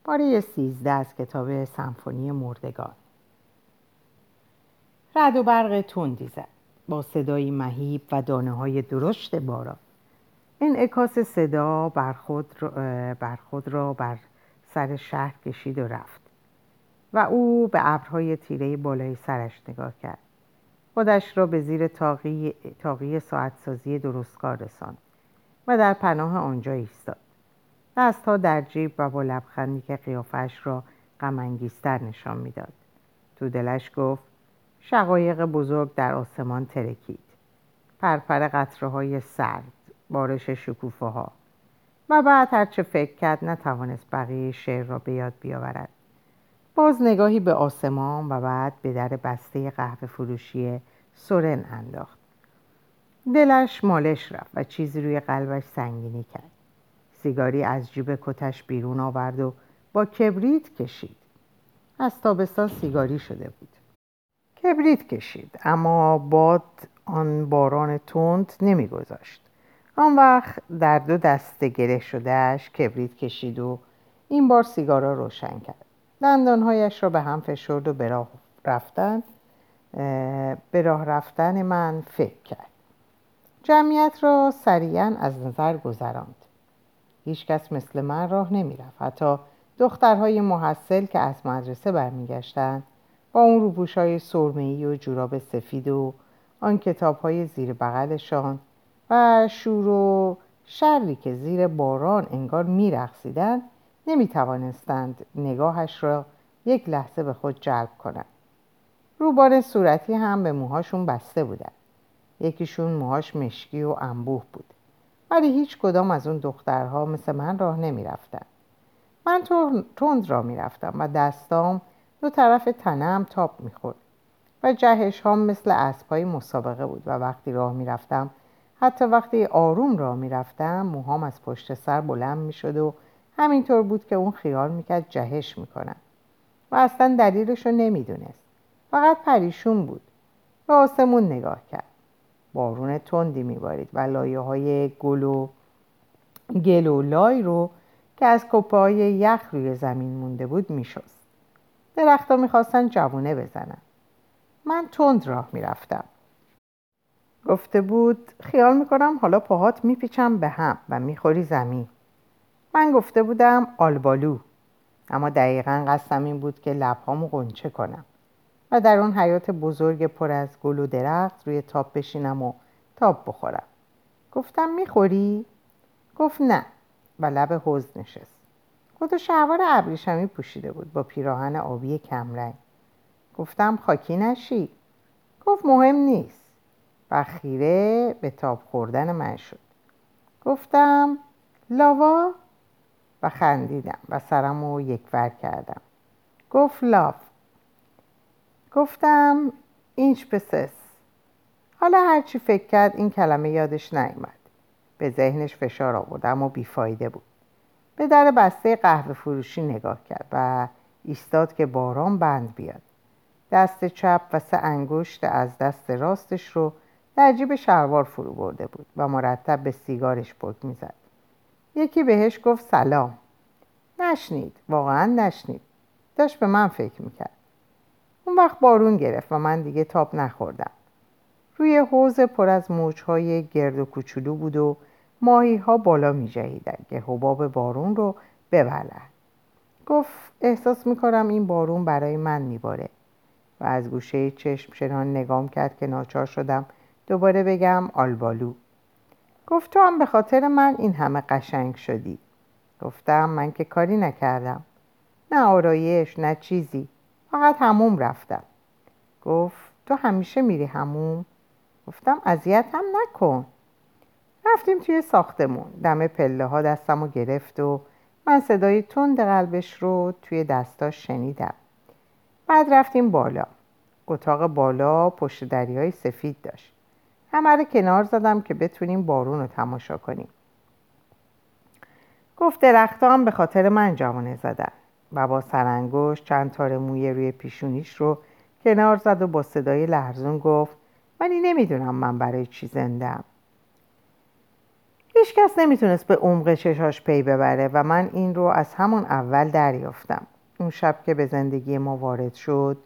پاره 13 از کتاب سمفونی مردگان. رعد و برق تندی زد با صدایی مهیب و دانه‌های درشت باران. انعکاس صدا بر خود را بر سر شهر کشید و رفت و او به ابرهای تیره بالای سرش نگاه کرد. خودش را به زیر طاقی ساعتسازی درستکار رساند و در پناه آنجا ایستاد، دستها در جیب و با لبخندی که قیافش را غم‌انگیزتر نشان میداد. تو دلش گفت شقایق بزرگ در آسمان ترکید، پرپر قطره‌های سرد، بارش شکوفه‌ها، و بعد هرچه فکر کرد نتوانست بقیه شعر را به یاد بیاورد. باز نگاهی به آسمان و بعد به در بسته قهوه فروشی سورن انداخت. دلش مالش رفت و چیزی روی قلبش سنگینی کرد. سیگاری از جیب کتش بیرون آورد و با کبریت کشید. از تابستان سیگاری شده بود. کبریت کشید، اما باد آن باران تند نمیگذاشت. آن وقت در دو دسته گره شدهش کبریت کشید و این بار سیگار را روشن کرد. دندانهایش را به هم فشرد و به راه رفتن من فکر کرد. جمعیت را سریعا از نظر گذراند. هیچ کس مثل من راه نمی رفت. حتی دخترهای محصل که از مدرسه برمیگشتند با اون روپوش‌های سرمه‌ای و جوراب سفید و آن کتاب‌های زیر بغلشان و شور و شری که زیر باران انگار می‌رقصیدند نمی‌توانستند نگاهش را یک لحظه به خود جلب کنند. روبان صورتی هم به موهاشون بسته بودند. یکیشون موهاش مشکی و انبوه بود، ولی هیچ کدام از اون دخترها مثل من راه نمی رفتن. من تند راه می رفتم و دستام دو طرف تنم تاب می خورد و جهش هم مثل اسبهای مسابقه بود و وقتی راه می رفتم، حتی وقتی آروم راه می رفتم، موهام از پشت سر بلند می شد و همینطور بود که اون خیال می کرد جهش می کنم و اصلا دلیلش رو نمی دونست. فقط پریشون بود. به آسمون نگاه کرد. بارون تندی میبارید و لایه‌های گل و لای رو که از کپه‌های یخ روی زمین مونده بود میشست. درخت‌ها میخواستن جوونه بزنن. من تند راه میرفتم. گفته بود خیال میکنم حالا پاهات میپیچم به هم و میخوری زمین. من گفته بودم آلبالو، اما دقیقاً قصدم این بود که لبهامو غنچه کنم و در اون حیات بزرگ پر از گل و درخت روی تاپ بشینم و تاپ بخورم. گفتم میخوری؟ گفت نه و لب حوض نشست. کت و شلوار ابریشمی پوشیده بود با پیراهن آبی کمرنگ. گفتم خاکی نشی؟ گفت مهم نیست و خیره به تاپ خوردن من شد. گفتم لاوا و خندیدم و سرمو یکور کردم. گفت لاف. گفتم اینچ پسس. حالا هرچی فکر کرد این کلمه یادش نیامد. به ذهنش فشار آورد اما بیفایده بود. به در بسته قهوه فروشی نگاه کرد و ایستاد که باران بند بیاد. دست چپ و 3 انگشت از دست راستش رو در جیب شلوار فرو برده بود و مرتب به سیگارش پک میزد. یکی بهش گفت سلام. نشنید، واقعا نشنید. داشت به من فکر میکرد. اون وقت بارون گرفت و من دیگه تاب نخوردم. روی حوض پر از موجهای گرد و کوچولو بود و ماهی ها بالا می جهیدن که حباب بارون رو ببلن. گفت احساس می کنم این بارون برای من می باره و از گوشه چشم چنان نگام کرد که ناچار شدم دوباره بگم آلبالو. گفت تو هم به خاطر من این همه قشنگ شدی. گفتم من که کاری نکردم، نه آرایش نه چیزی، فقط حموم رفتم. گفت تو همیشه میری حموم؟ گفتم اذیت هم نکن. رفتیم توی ساختمون. دم پله ها دستمو گرفت و من صدای تند قلبش رو توی دستاش شنیدم. بعد رفتیم بالا. اتاق بالا پشت دریای سفید داشت. همه رو کنار زدم که بتونیم بارون رو تماشا کنیم. گفت درخت‌ها هم به خاطر من جوانه زدن و با سرانگشت چند تار موی روی پیشونیش رو کنار زد و با صدای لرزون گفت ولی نمیدونم من برای چی زنده‌ام. هیچ کس نمیتونست به عمق چشاش پی ببره و من این رو از همون اول دریافتم. اون شب که به زندگی ما وارد شد،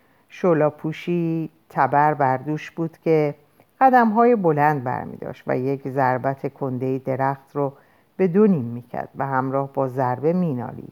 شولاپوشی تبر بردوش بود که قدم‌های بلند برمی داشت و یک ضربت کندهی درخت رو به دو نیم میکرد و همراه با ضربه مینالید.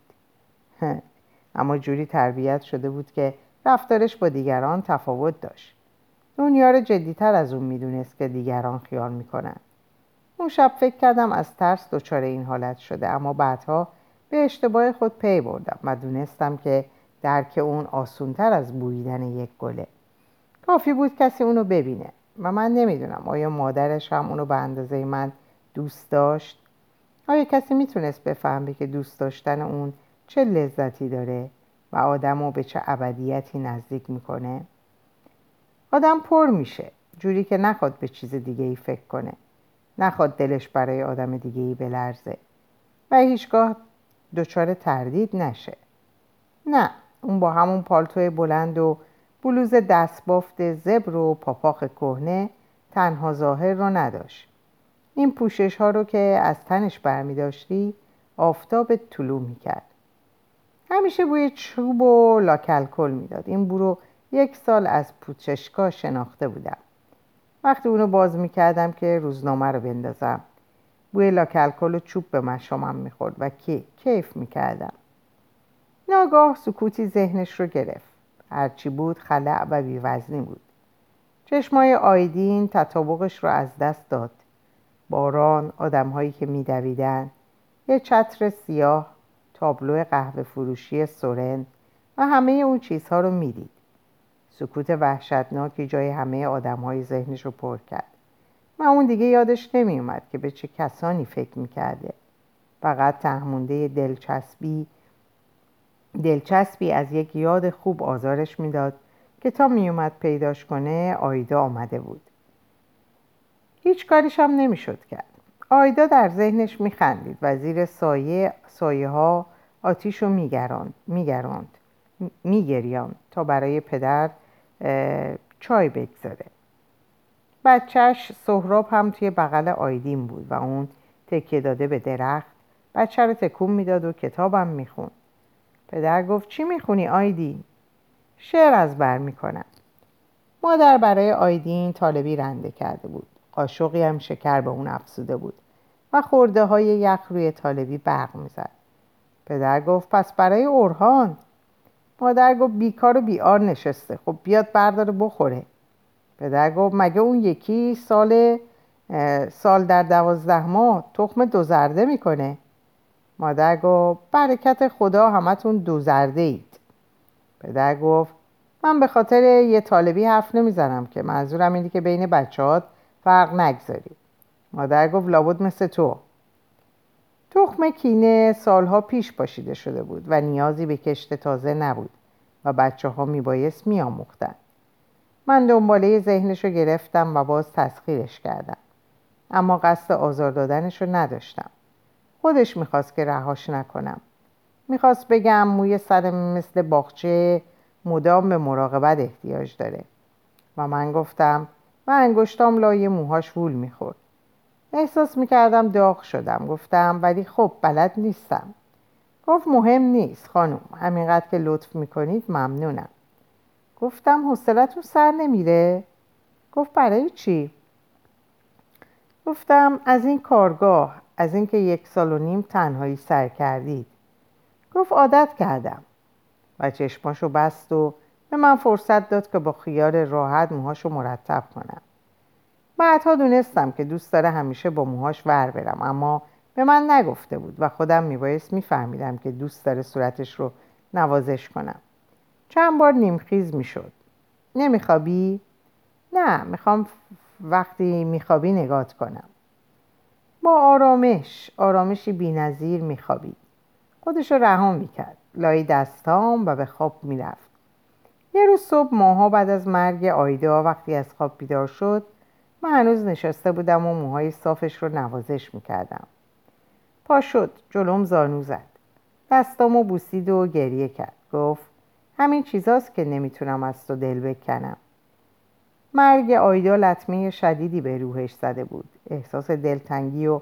اما جوری تربیت شده بود که رفتارش با دیگران تفاوت داشت. دنیا رو جدی‌تر از اون میدونست که دیگران خیال میکنن. اون شب فکر کردم از ترس دچار این حالت شده، اما بعدها به اشتباه خود پی بردم و دونستم که درک اون آسونتر از بویدن یک گله. کافی بود کسی اونو ببینه و من نمیدونم آیا مادرش هم اونو به اندازه من دوست داشت. آیا کسی میتونست بفهمه که دوست داشتن اون چه لذتی داره و آدمو به چه ابدیتی نزدیک میکنه؟ آدم پر میشه جوری که نخواد به چیز دیگه ای فکر کنه، نخواد دلش برای آدم دیگه ای بلرزه و هیچگاه دچار تردید نشه. نه، اون با همون پالتوی بلند و بلوز دستبافت زبر و پاپاخ کهنه تنها ظاهر رو نداشت. این پوشش ها رو که از تنش برمی داشتی آفتاب طلوع می کرد. همیشه بوی چوب و لاکلکل می داد. این بو رو 1 سال از پوچشکا شناخته بودم. وقتی اونو باز می کردم که روزنامه رو بندازم، بوی لاکلکل و چوب به مشامم می خورد و کیف می کردم. ناگاه سکوتی ذهنش رو گرفت. هرچی بود خلأ و بی‌وزنی بود. چشمای آیدین تطابقش رو از دست داد. باران، آدم‌هایی که می‌دویدن، یه چتر سیاه، تابلو قهوه فروشی سورن و همه اون چیزها رو می‌دید. سکوت وحشتناکی جای همه آدم‌های ذهنش رو پر کرد. و اون دیگه یادش نمی‌اومد که به چه کسانی فکر می‌کرده. فقط تهمونده دلچسبی از یک یاد خوب آزارش میداد که تا میومد پیداش کنه آیدا آمده بود. هیچ کاریش هم نمیشد کرد. آیدا در ذهنش میخندید و زیر سایه ها آتیش رو میگریاند تا برای پدر چای بگذاره. بچهش سهراب هم توی بغل آیدین بود و اون تکیه داده به درخت بچه رو تکون میداد و کتابم میخوند. پدر گفت چی میخونی آیدین؟ شعر از بر میکنم. مادر برای آیدین طالبی رنده کرده بود. قاشقی هم شکر به اون افزوده بود و خورده های یخ روی طالبی برق میزد. پدر گفت پس برای اورهان. مادر گفت بیکار و بیار نشسته، خب بیاد برداره بخوره. پدر گفت مگه اون یکی سال در 12 ماه تخم 2 زرده میکنه؟ مادر گفت برکت خدا همتون 2 زرده اید. پدر گفت من به خاطر یه طالبی حرف نمیزنم که، منظورم اینه که بین بچه‌هات فرق نگذاری. مادر گفت لابد مثل تو. تخم کینه سالها پیش پاشیده شده بود و نیازی به کشت تازه نبود و بچه‌ها میبایست میآموختن. من دنباله ذهنشو گرفتم و باز تسخیرش کردم، اما قصد آزار دادنشو نداشتم. خودش میخواست که رهاش نکنم. میخواست بگم موی سر مثل باغچه مدام به مراقبت احتیاج داره و من گفتم و انگشتام لای موهاش وول میخورد. احساس میکردم داغ شدم. گفتم ولی خب بلد نیستم. گفت مهم نیست خانم، همینقدر که لطف میکنید ممنونم. گفتم حوصلتون سر نمیره؟ گفت برای چی؟ گفتم از این کارگاه، از این که 1.5 سال تنهایی سر کردید. گفت عادت کردم و چشماشو بست و به من فرصت داد که با خیال راحت موهاشو مرتب کنم. بعدها دونستم که دوست داره همیشه با موهاش ور برم، اما به من نگفته بود و خودم میبایست میفهمیدم که دوست داره صورتش رو نوازش کنم. چند بار نیمخیز میشد. نمیخوابی؟ نه، میخوام وقتی میخوابی نگات کنم. با آرامشی بی‌نظیر میخوابید. خودشو رها میکرد لای دستام و به خواب میرفت. یه روز صبح ماها بعد از مرگ آیدا وقتی از خواب بیدار شد، من هنوز نشسته بودم و موهای صافش رو نوازش میکردم. پا شد، جلوم زانو زد، دستامو بوسید و گریه کرد. گفت همین چیزاست که نمیتونم از تو دل بکنم. مرگ آیدا لطمه شدیدی به روحش زده بود. احساس دلتنگی و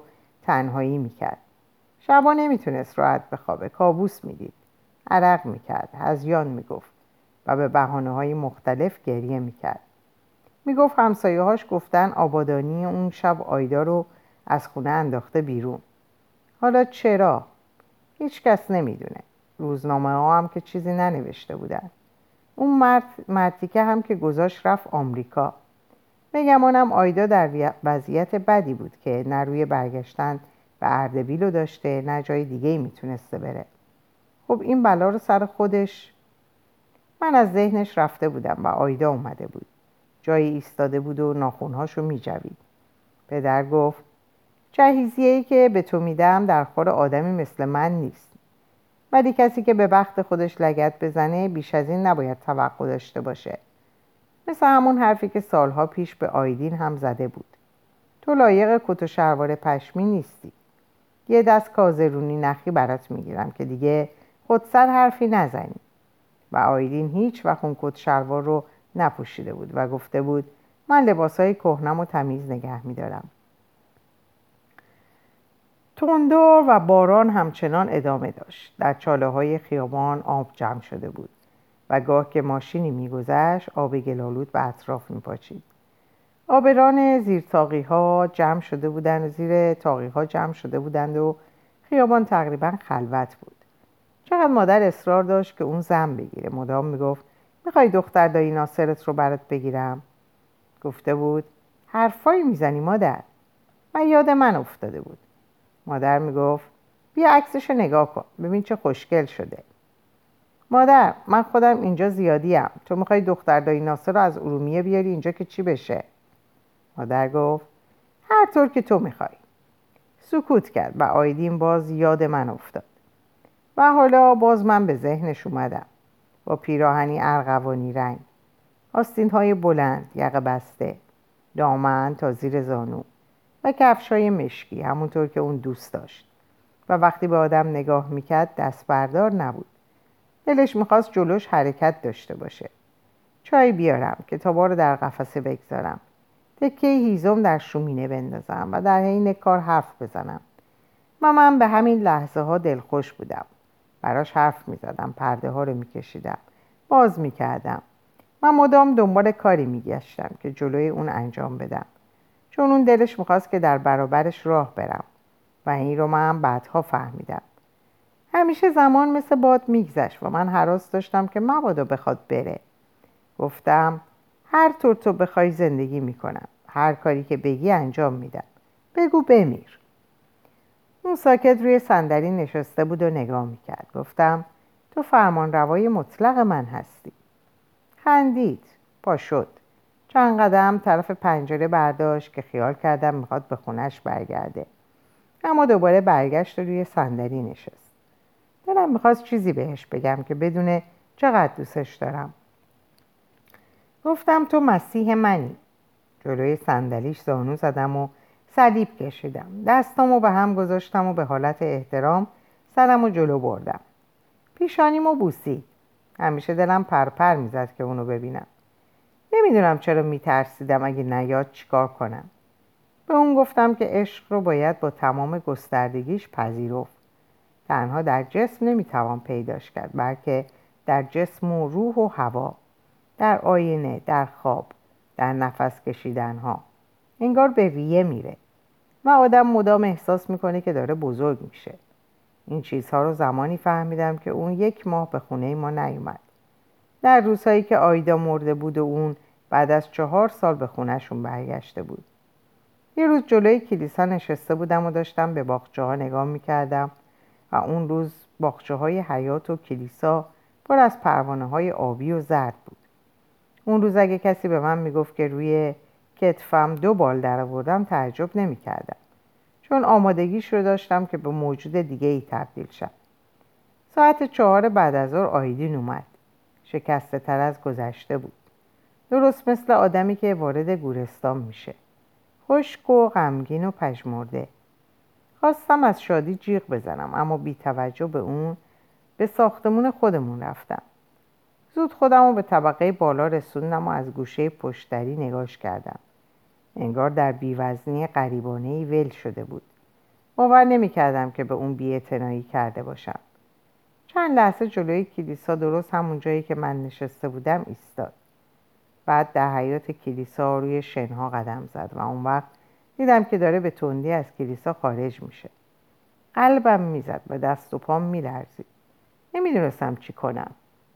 تنهایی میکرد. شبا نمیتونست راحت بخوابه، کابوس میدید، عرق میکرد، هذیان میگفت و به بهانه‌های مختلف گریه میکرد. میگفت همسایه‌هاش گفتن آبادانی اون شب آیدا رو از خونه انداخته بیرون. حالا چرا؟ هیچ کس نمیدونه. روزنامه ها هم که چیزی ننوشته بودن. اون مرتیکه هم که گذاشت رفت آمریکا. بگمانم آیدا در وضعیت بدی بود که نه روی برگشتن به اردبیل داشته، نه جای دیگه میتونسته بره. خب این بلا رو سر خودش. من از ذهنش رفته بودم و آیدا اومده بود. جایی ایستاده بود و ناخونهاشو میجوید. پدر گفت جهیزیه‌ای که به تو میدم در خور آدمی مثل من نیست. ولی کسی که به بخت خودش لگد بزنه بیش از این نباید توقع داشته باشه. مثل همون حرفی که سالها پیش به آیدین هم زده بود. تو لایق کت و شلوار پشمی نیستی. یه دست کازرونی نخی برات میگیرم که دیگه خودسر حرفی نزنی. و آیدین هیچ وقت اون کت شلوار رو نپوشیده بود و گفته بود من لباسای کهنم و تمیز نگه میدارم. تندر و باران همچنان ادامه داشت. در چاله های خیابان آب جمع شده بود و گاه که ماشینی میگذشت آب گلالود به اطراف میپاچید. آبران زیر تاقی ها جمع شده بودند و خیابان تقریبا خلوت بود. چقدر مادر اصرار داشت که اون زن بگیره. مدام میگفت میخوای دختر دایی ناصرت رو برات بگیرم؟ گفته بود حرفایی میزنی مادر. و یاد من افتاده بود. مادر میگفت بیا عکسشو نگاه کن ببین چه خوشگل شده. مادر من خودم اینجا زیادیم، تو میخوای دختر دایی ناصر رو از ارومیه بیاری اینجا که چی بشه؟ مادر گفت هر طور که تو میخوای. سکوت کرد و آیدین باز یاد من افتاد. و حالا باز من به ذهنش اومدم. با پیراهنی ارغوانی رنگ، آستین‌های بلند، یقه بسته، دامن تا زیر زانو و کفش‌های مشکی همونطور که اون دوست داشت. و وقتی به آدم نگاه میکرد دست بردار نبود. دلش میخواست جلوش حرکت داشته باشه. چای بیارم، کتابا رو در قفسه بگذارم، تکه هیزم در شومینه بندازم و در حین کار حرف بزنم. من به همین لحظه ها دلخوش بودم. براش حرف میزدم، پرده ها رو میکشیدم، باز میکردم. من مدام دنبال کاری میگشتم که جلوی اون انجام بدم، چون اون دلش میخواست که در برابرش راه برم و این رو من بعدها فهمیدم. همیشه زمان مثل باد میگذشت و من هراس داشتم که مبادا بخواد بره. گفتم هر طور تو بخوای زندگی میکنم، هر کاری که بگی انجام میدم، بگو بمیر. اون ساکت روی صندلی نشسته بود و نگاه میکرد. گفتم تو فرمان روای مطلق من هستی. خندید. پا شد. چند قدم طرف پنجره برداشت که خیال کردم میخواد به خونش برگرده، اما دوباره برگشت و روی صندلی نشست. دلم میخواست چیزی بهش بگم که بدونه چقدر دوستش دارم. گفتم تو مسیح منی. جلوی صندلیش زانو زدم و صلیب کشیدم. دستامو به هم گذاشتم و به حالت احترام سرمو جلو بردم. پیشانیمو بوسید. همیشه دلم پرپر میزد که اونو ببینم. نمیدونم چرا میترسیدم اگه نیاد چیکار کنم. به اون گفتم که عشق رو باید با تمام گستردگیش پذیرفت. تنها در جسم نمیتوان پیداش کرد، بلکه در جسم و روح و هوا، در آینه، در خواب، در نفس کشیدن ها. انگار به ریه میره و آدم مدام احساس میکنه که داره بزرگ میشه. این چیزها رو زمانی فهمیدم که اون 1 ماه به خونه ما نیومد. در روزهایی که آیدا مرده بود و اون بعد از 4 سال به خونهشون برگشته بود. یه روز جلوی کلیسا نشسته بودم و داشتم به باغچه ها نگاه میکردم و اون روز باغچه های حیاط و کلیسا پر از پروانه های آبی و زرد بود. اون روز اگه کسی به من میگفت که روی کتفم 2 بال در آوردم تعجب نمیکردم، چون آمادگیش رو داشتم که به موجود دیگه ای تبدیل شم. ساعت 4 بعد از ظهر آیدین اومد. شکسته تر از گذشته بود. درست مثل آدمی که وارد گورستان میشه. خشک و غمگین و پژمرده. خواستم از شادی جیغ بزنم، اما بی توجه به اون به ساختمون خودمون رفتم. زود خودمو به طبقه بالا رسوندم و از گوشه پشتری نگاش کردم. انگار در بیوزنی غریبانه‌ای ول شده بود. باور نمی‌کردم که به اون بی‌اعتنایی کرده باشم. چند لحظه جلوی کلیسا درست همون جایی که من نشسته بودم ایستاد. بعد در حیاط کلیسا روی شنها قدم زد و اون وقت دیدم که داره به تندی از کلیسا خارج میشه. قلبم میزد و دست و پام میلرزید. نمیدونستم چی کنم.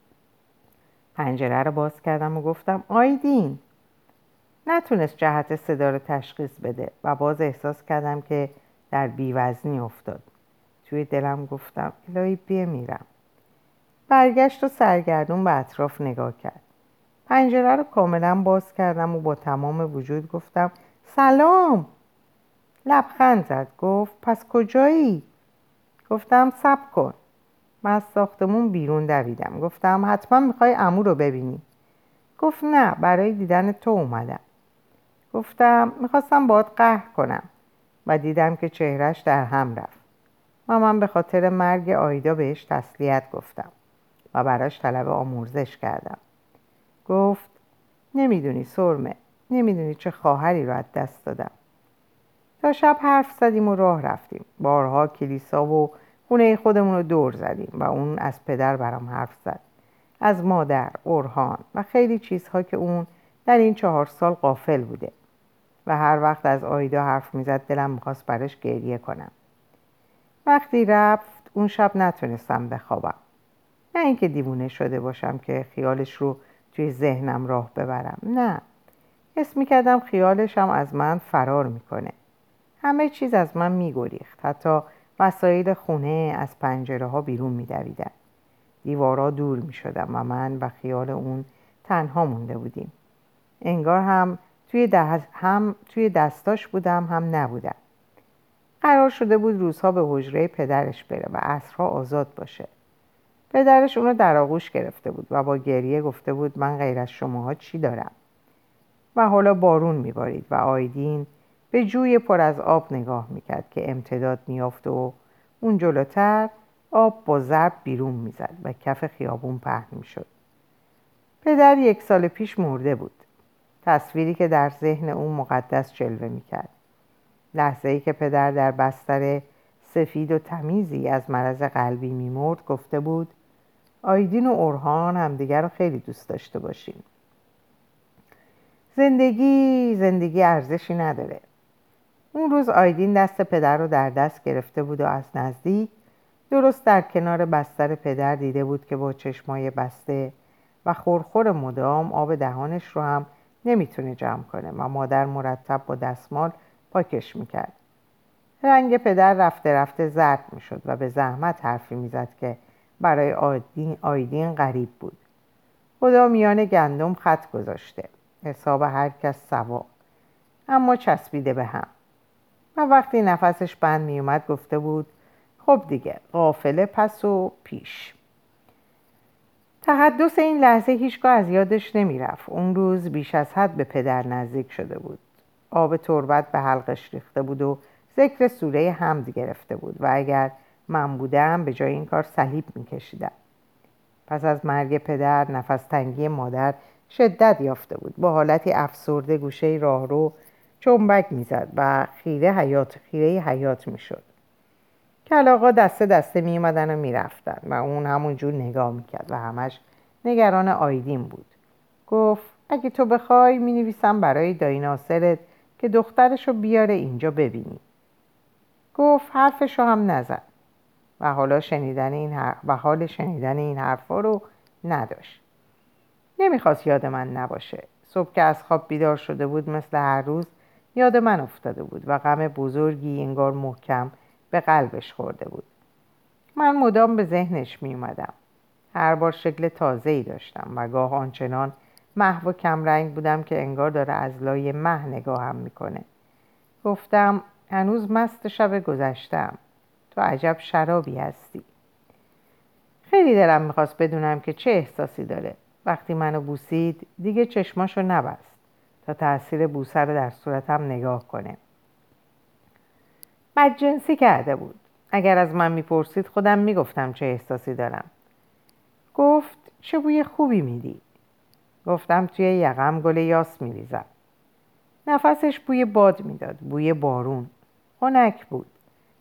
پنجره رو باز کردم و گفتم آیدین. نتونست جهت صدا رو تشخیص بده و باز احساس کردم که در بیوزنی افتاد. توی دلم گفتم الهی بمیرم. برگشت و سرگردون به اطراف نگاه کرد. پنجره رو کاملا باز کردم و با تمام وجود گفتم سلام. لبخند زد. گفت پس کجایی؟ گفتم صبر کن. من از ساختمون بیرون دویدم. گفتم حتما میخوای عمو رو ببینی. گفت نه، برای دیدن تو اومدم. گفتم میخواستم باهات قهر کنم و دیدم که چهرش در هم رفت و من به خاطر مرگ آیدا بهش تسلیت گفتم و براش طلب آمرزش کردم. گفت نمیدونی سرمه، نمیدونی چه خواهری رو از دست دادم. تا شب حرف زدیم و راه رفتیم. بارها کلیسا و خونه خودمون رو دور زدیم و اون از پدر برام حرف زد، از مادر، اورهان و خیلی چیزها که اون در این 4 سال غافل بوده و هر وقت از آیدا حرف میزد دلم میخواست براش گریه کنم. وقتی رفت اون شب نتونستم بخوابم. نه اینکه دیوونه شده باشم که خیالش رو توی ذهنم راه ببرم، نه، حس میکردم خیالش هم از من فرار میکنه. همه چیز از من میگریخت، حتی وسایل خونه از پنجره ها بیرون میدویدن. دیوارا دور میشدم و من و خیال اون تنها مونده بودیم. انگار هم توی دستاش بودم هم نبودم. قرار شده بود روزها به حجره پدرش بره و عصرها آزاد باشه. پدرش اونو در آغوش گرفته بود و با گریه گفته بود من غیر از شماها چی دارم؟ و حالا بارون میبارید و آیدین به جوی پر از آب نگاه میکرد که امتداد میافت و اون جلوتر آب با ضرب بیرون میزد و کف خیابون پهن میشد. پدر 1 سال پیش مرده بود. تصویری که در ذهن اون مقدس جلوه میکرد. لحظه‌ای که پدر در بستر سفید و تمیزی از مرض قلبی میمرد گفته بود آیدین و اورهان همدیگر رو خیلی دوست داشته باشین. زندگی ارزشی نداره. اون روز آیدین دست پدر رو در دست گرفته بود و از نزدیک درست در کنار بستر پدر دیده بود که با چشمای بسته و خورخور مدام آب دهانش رو هم نمیتونه جمع کنه و مادر مرتب با دستمال پاکش میکرد. رنگ پدر رفته رفته زرد میشد و به زحمت حرفی میزد که برای آیدین غریب بود. خدا میان گندم خط گذاشته، حساب هر کس سوا، اما چسبیده به هم. و وقتی نفسش بند میومد گفته بود خب دیگه قافله پس و پیش. تحدث این لحظه هیچگاه از یادش نمیرفت. اون روز بیش از حد به پدر نزدیک شده بود. آب تربت به حلقش ریخته بود و ذکر سوره حمد گرفته بود و اگر من بودم به جای این کار صلیب میکشیدم. پس از مرگ پدر نفس تنگی مادر شدت یافته بود. با حالتی افسرده گوشه راهرو چنبک میزد و خیره حیات میشد. کلاغا دسته دسته می اومدن و می رفتن و اون همونجور نگاه میکرد و همش نگران آیدین بود. گفت اگه تو بخوای می نویسم برای دایی ناصرت که دخترشو بیاره اینجا ببینی. گفت حرفشو هم نزد و حال شنیدن این حرفا رو نداشت. نمیخواست یاد من نباشه. صبح که از خواب بیدار شده بود مثل هر روز یاد من افتاده بود و غم بزرگی انگار محکم به قلبش خورده بود. من مدام به ذهنش می اومدم. هر بار شکل تازه‌ای داشتم و گاه آنچنان محو و کمرنگ بودم که انگار داره از لای مه نگاهم میکنه. گفتم هنوز مست شب گذشتم. تو عجب شرابی هستی. خیلی دلم میخواست بدونم که چه احساسی داره. وقتی منو بوسید دیگه چشماشو نبست تا تأثیر بوسه رو در صورتم نگاه کنه. بدجنسی کرده بود. اگر از من میپرسید خودم میگفتم چه احساسی دارم. گفت چه بوی خوبی میدی. گفتم توی یقم گل یاس میریزم. نفسش بوی باد میداد، بوی بارون. خنک بود.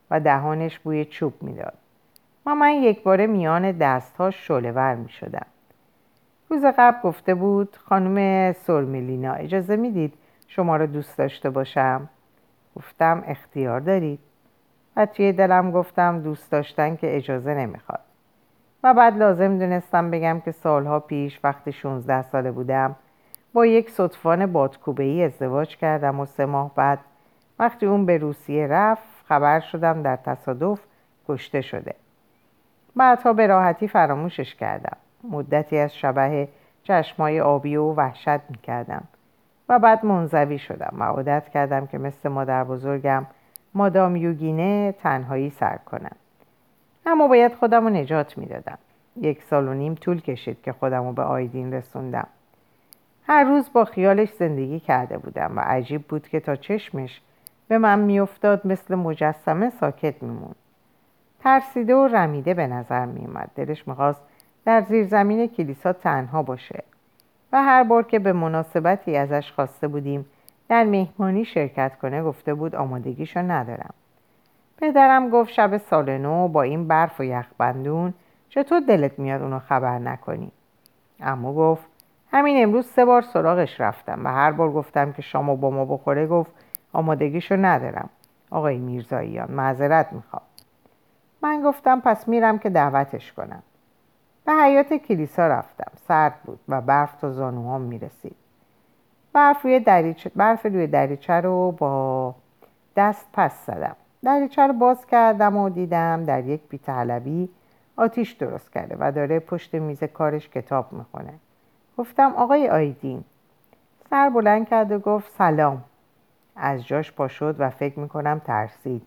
و دهانش بوی چوب میداد و من یک باره میان دستهاش شعله‌ور میشدم. روز قبل گفته بود خانم سورمیلینا اجازه میدید شما رو دوست داشته باشم؟ گفتم اختیار دارید. و توی دلم گفتم دوست داشتن که اجازه نمیخواد. و بعد لازم دونستم بگم که سالها پیش وقتی 16 ساله بودم با یک صدفان بادکوبه‌ای ازدواج کردم و 3 ماه بعد وقتی اون به روسیه رفت خبر شدم در تصادف کشته شده. بعدها به راحتی فراموشش کردم. مدتی از شبح چشمای آبی و وحشت میکردم و بعد منزوی شدم و عادت کردم که مثل مادر بزرگم مادام یوگینه تنهایی سر کنم. اما باید خودم رو نجات میدادم. 1.5 سال طول کشید که خودم رو به آیدین رسوندم. هر روز با خیالش زندگی کرده بودم و عجیب بود که تا چشمش به من میافتاد مثل مجسمه ساکت میموند. ترسیده و رمیده به نظر میومد. دلش میخواست در زیرزمین کلیسا تنها باشه و هر بار که به مناسبتی ازش خواسته بودیم در مهمانی شرکت کنه گفته بود آمادگیشو ندارم. پدرم گفت شب سال نو با این برف و یخبندون چطور دلت میاد اونو خبر نکنی؟ عمو گفت همین امروز 3 بار سراغش رفتم و هر بار گفتم که شامو با ما بخوره گفت آمادگیشو ندارم. آقای میرزاییان معذرت میخوام. من گفتم پس میرم که دعوتش کنم. به حیاط کلیسا رفتم. سرد بود و برف تا زانوهام میرسید. برف روی دریچه رو با دست پس زدم. دریچه رو باز کردم و دیدم در یک بی‌طلبی آتیش درست کرده و داره پشت میز کارش کتاب میخونه. گفتم آقای آیدین. سر بلند کرد و گفت سلام. از جاش پا شد و فکر میکنم ترسید.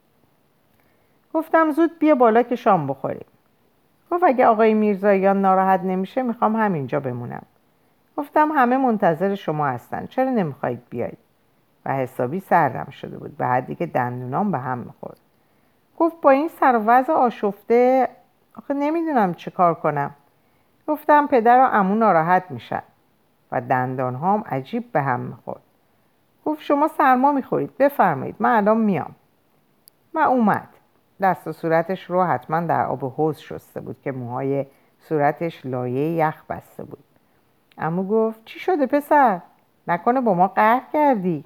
گفتم زود بیا بالا که شام بخوریم. گفت اگه آقای میرزاییان ناراحت نمیشه میخوام همینجا بمونم. گفتم همه منتظر شما هستن، چرا نمیخواید بیاید؟ و حسابی سردم شده بود به حدی که دندونام به هم میخورد. گفت با این سر و وضع آشفته آخه نمیدونم چه کار کنم. گفتم پدر و عمو ناراحت میشن و دندانهام عجیب به هم میخورد. گفت شما سرما میخورید، بفرمایید من الان میام. و اومد. دست و صورتش رو حتما در آب حوض شسته بود که موهای صورتش لایه یخ بسته بود. عمو گفت چی شده پسر؟ نکنه با ما قهر کردی؟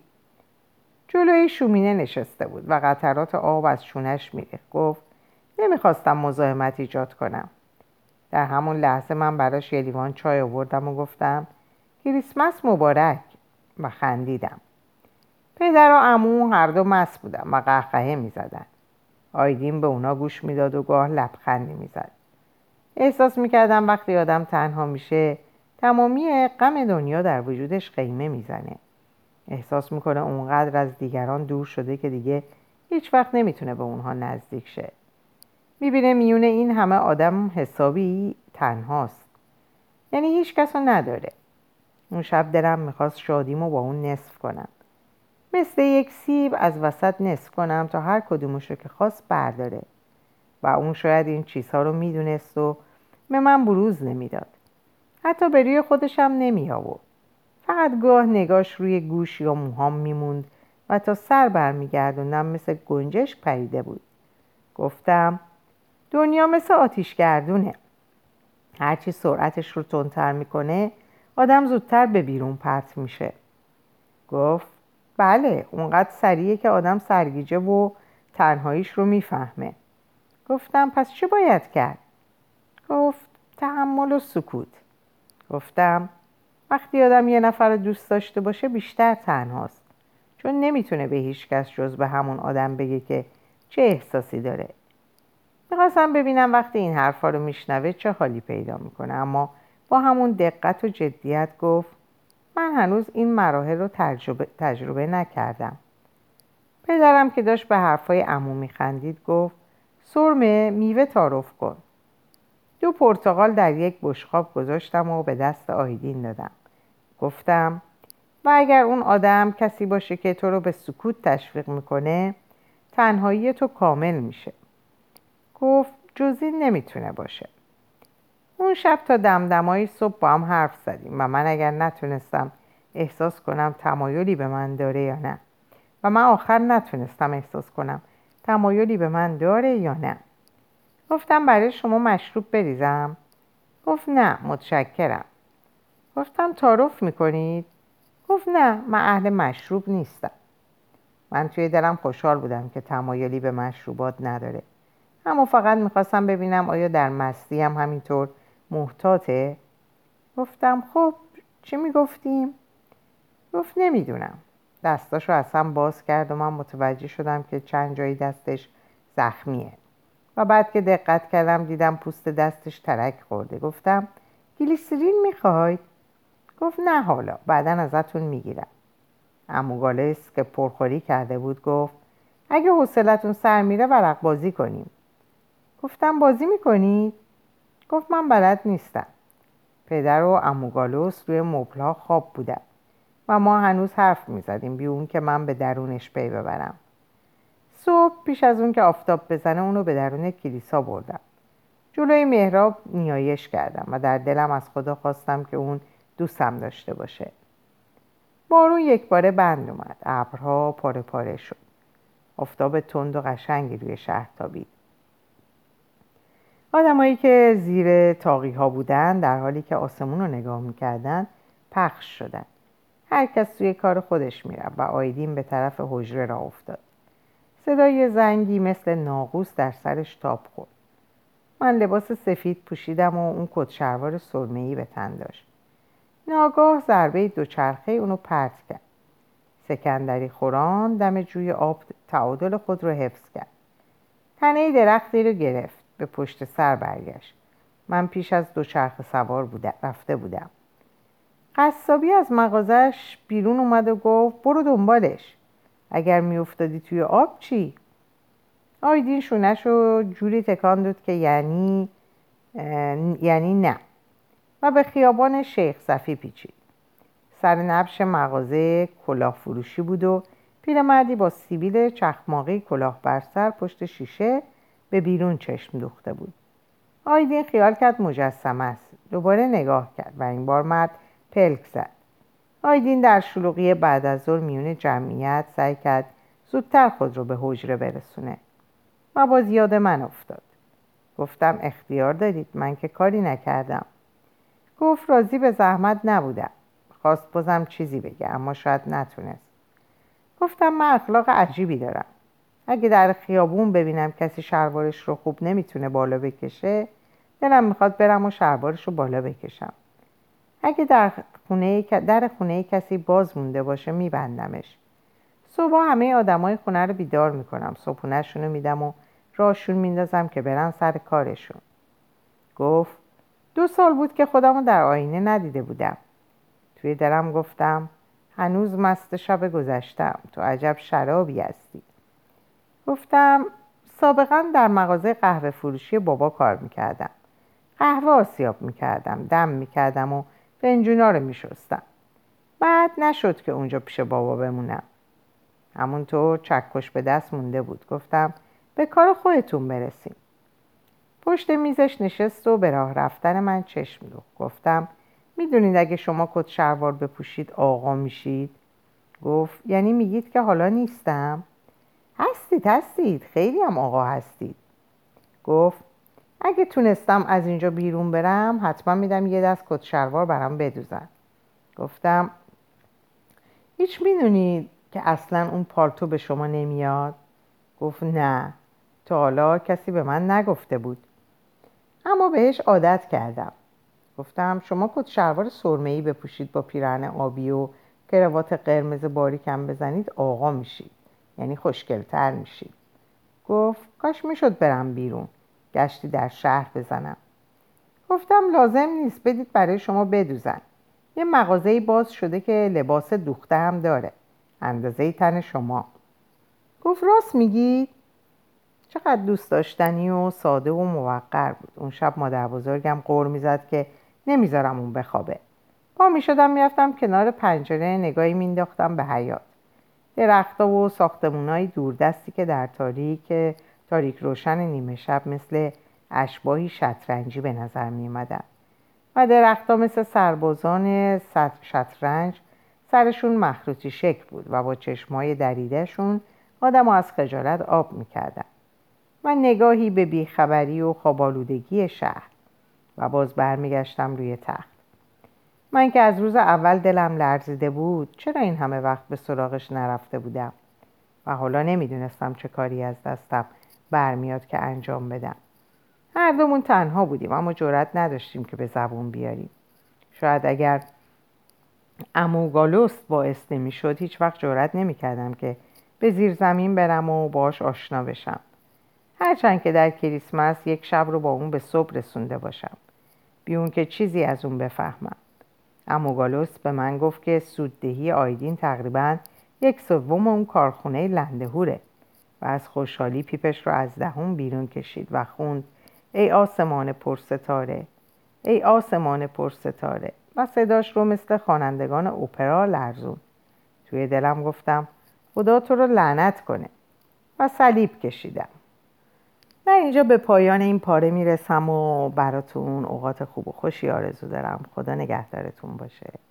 جلوی شومینه نشسته بود و قطرات آب از شونش میریخت. گفت نمیخواستم مزاحمت ایجاد کنم. در همون لحظه من براش یه لیوان چای آوردم و گفتم کریسمس مبارک و خندیدم. پدر و عمو هر دو مست بودن و قهقهه میزدن. آیدین به اونا گوش میداد و گاه لبخندی میزد. احساس میکردم وقتی آدم تنها میشه تمامی غم دنیا در وجودش قیمه میزنه. احساس میکنه اونقدر از دیگران دور شده که دیگه هیچ وقت نمیتونه به اونها نزدیک شه. میبینه میونه این همه آدم حسابی تنهاست. یعنی هیچ کسو نداره. اون شب دلم میخواست شادیمو با اون نصف کنم. مثل یک سیب از وسط نصف کنم تا هر کدومش رو که خواست برداره. و اون شاید این چیزها رو میدونست و به من بروز نمیداد. حتی به روی خودشم نمی آورد. فقط گاه نگاش روی گوش یا موهام میموند و تا سر برمیگردوندم مثل گنجش پریده بود. گفتم دنیا مثل آتیشگردونه. هرچی سرعتش رو تندتر میکنه آدم زودتر به بیرون پرت میشه. گفت بله اونقدر سریعه که آدم سرگیجه و تنهاییش رو میفهمه. گفتم پس چی باید کرد؟ گفت تحمل و سکوت. گفتم وقتی آدم یه نفر رو دوست داشته باشه بیشتر تنهاست، چون نمیتونه به هیچ کس جز به همون آدم بگه که چه احساسی داره. میخواستم ببینم وقتی این حرفا رو میشنوه چه حالی پیدا میکنه، اما با همون دقت و جدیت گفت من هنوز این مراحل رو تجربه نکردم. پدرم که داشت به حرفای عمو میخندید گفت سرمه میوه تعارف کن. 2 پرتقال در یک بشقاب گذاشتم و به دست آیدین دادم. گفتم و اگر اون آدم کسی باشه که تو رو به سکوت تشویق میکنه تنهایی تو کامل میشه. گفت جز این نمیتونه باشه. اون شب تا دمدمای صبح با هم حرف زدیم و من اگر نتونستم احساس کنم تمایلی به من داره یا نه و من آخر نتونستم احساس کنم تمایلی به من داره یا نه. گفتم برای شما مشروب بریزم؟ گفت نه متشکرم. گفتم تعارف میکنید؟ گفت نه من اهل مشروب نیستم. من توی دلم خوشحال بودم که تمایلی به مشروبات نداره، اما فقط میخواستم ببینم آیا در مستی هم همینطور محتاطه. گفتم خب چی میگفتیم؟ گفت نمیدونم. دستاشو از هم باز کرد و من متوجه شدم که چند جایی دستش زخمیه و بعد که دقت کردم دیدم پوست دستش ترک خورده. گفتم گلیسرین میخواید؟ گفت نه حالا بعداً ازتون میگیرم. عمو گالس که پرخوری کرده بود گفت اگه حوصلتون سر میره ورق بازی کنیم. گفتم بازی میکنید؟ گفت من بلد نیستم. پدر و عمو گالوس روی مبل‌ها خواب بودن و ما هنوز حرف میزدیم بی اون که من به درونش پی ببرم. صبح پیش از اون که آفتاب بزنه اونو به درون کلیسا بردم. جلوی محراب نیایش کردم و در دلم از خدا خواستم که اون دوستم داشته باشه. بارون یک باره بند اومد. ابرها پاره پاره شد. آفتاب تند و قشنگی روی شهر تابید. آدمایی که زیر طاقی ها بودن در حالی که آسمون رو نگاه میکردن پخش شدن. هر کس توی کار خودش میرفت و آیدین به طرف حجره راه افتاد. صدای زنگی مثل ناقوس در سرش تاب خورد. من لباس سفید پوشیدم و اون کت شلوار سرمه‌ای به تن داشت. ناگاه ضربه دوچرخه اونو پرت کرد. سکندری خوران دم جوی آب تعادل خود رو حفظ کرد. تنه درختی رو گرفت. به پشت سر برگشت. من پیش از دوچرخه سوار رفته بودم. قصابی از مغازش بیرون اومد و گفت برو دنبالش. اگر میافتادی توی آب چی؟ آیدین شونه‌شو جوری تکان داد که یعنی نه و به خیابان شیخ صفی پیچید. سر نبش مغازه کلاه فروشی بود و پیرمردی با سیبیل چخماقی کلاه بر سر پشت شیشه به بیرون چشم دوخته بود. آیدین خیال کرد مجسمه است. دوباره نگاه کرد و این بار مرد پلک زد. آیدین در شلوغی بعد از ظهر میون جمعیت سعی کرد زودتر خود رو به حجره برسونه و باز یاد من افتاد. گفتم اختیار دارید، من که کاری نکردم. گفت راضی به زحمت نبودم. خواست بازم چیزی بگه اما شاید نتونست. گفتم من اخلاق عجیبی دارم. اگه در خیابون ببینم کسی شلوارش رو خوب نمیتونه بالا بکشه دلم میخواد برم و شلوارش رو بالا بکشم. اگه در خونه کسی باز مونده باشه میبندمش. صبح همه آدمای خونه رو بیدار میکنم. صبحونه‌شون رو میدم و راهشون میندازم که برن سر کارشون. گفت 2 سال بود که خودمو در آینه ندیده بودم. توی دلم گفتم هنوز مست شب گذشتم. تو عجب شرابی هستی. گفتم سابقا در مغازه قهوه فروشی بابا کار میکردم. قهوه آسیاب میکردم، دم میکردم و فنجونا رو میشستم. بعد نشد که اونجا پیش بابا بمونم. همونطور چکش به دست مونده بود. گفتم به کار خودتون برسیم. پشت میزش نشست و به راه رفتن من چشم دوخت. گفتم میدونید اگه شما کت شلوار بپوشید آقا میشید؟ گفت یعنی میگید که حالا نیستم؟ هستید خیلی هم آقا هستید. گفت اگه تونستم از اینجا بیرون برم حتما میدم یه دست کت شلوار برام بدوزن. گفتم هیچ میدونید که اصلا اون پالتو به شما نمیاد؟ گفت نه تا حالا کسی به من نگفته بود اما بهش عادت کردم. گفتم شما کت شلوار سرمه‌ای بپوشید با پیراهن آبی و کراوات قرمز باریکم بزنید آقا میشید، یعنی خوشگل‌تر میشید. گفت کاش میشد برم بیرون گشتی در شهر بزنم. گفتم لازم نیست، بدید برای شما بدوزن. یه مغازه‌ای باز شده که لباس دوخته هم داره اندازه تن شما. گفت راست میگی؟ چقدر دوست داشتنی و ساده و موقر بود. اون شب مادر بزرگم غر میزد که نمیذارم اون بخوابه. پا میشدم میرفتم کنار پنجره نگاهی مینداختم به حیاط. درخت‌ها و ساختمونای دوردستی که در تاریک روشن نیمه شب مثل اشباحی شطرنجی به نظر میومدن و درخت‌ها مثل سربازان شطرنج سرشون مخروطی شکل بود و با چشمای دریدهشون آدمو از خجالت آب میکردن. من نگاهی به بیخبری و خوابالودگی شهر و باز برمیگشتم روی تخت. من که از روز اول دلم لرزیده بود، چرا این همه وقت به سراغش نرفته بودم و حالا نمیدونستم چه کاری از دستم برمیاد که انجام بدم. هر دومون تنها بودیم اما جرئت نداشتیم که به زبون بیاریم. شاید اگر عمو گالوست باعث نمی‌شد هیچ وقت جرئت نمی‌کردم که به زیر زمین برم و باهاش آشنا بشم. هرچند که در کریسمس یک شب رو با اون به صبح رسونده باشم، بی اون که چیزی از اون بفهمم. عمو گالوست به من گفت که سوددهی آیدین تقریباً 1/3 اون کارخونه لندهوره و از خوشحالی پیپش رو از دهون بیرون کشید و خوند ای آسمان پرستاره، ای آسمان پرستاره و صداش رو مثل خوانندگان اپرا لرزون. توی دلم گفتم خدا تو رو لعنت کنه و صلیب کشیدم. در اینجا به پایان این پاره میرسم و براتون اوقات خوب و خوشی آرزو دارم. خدا نگهدارتون باشه.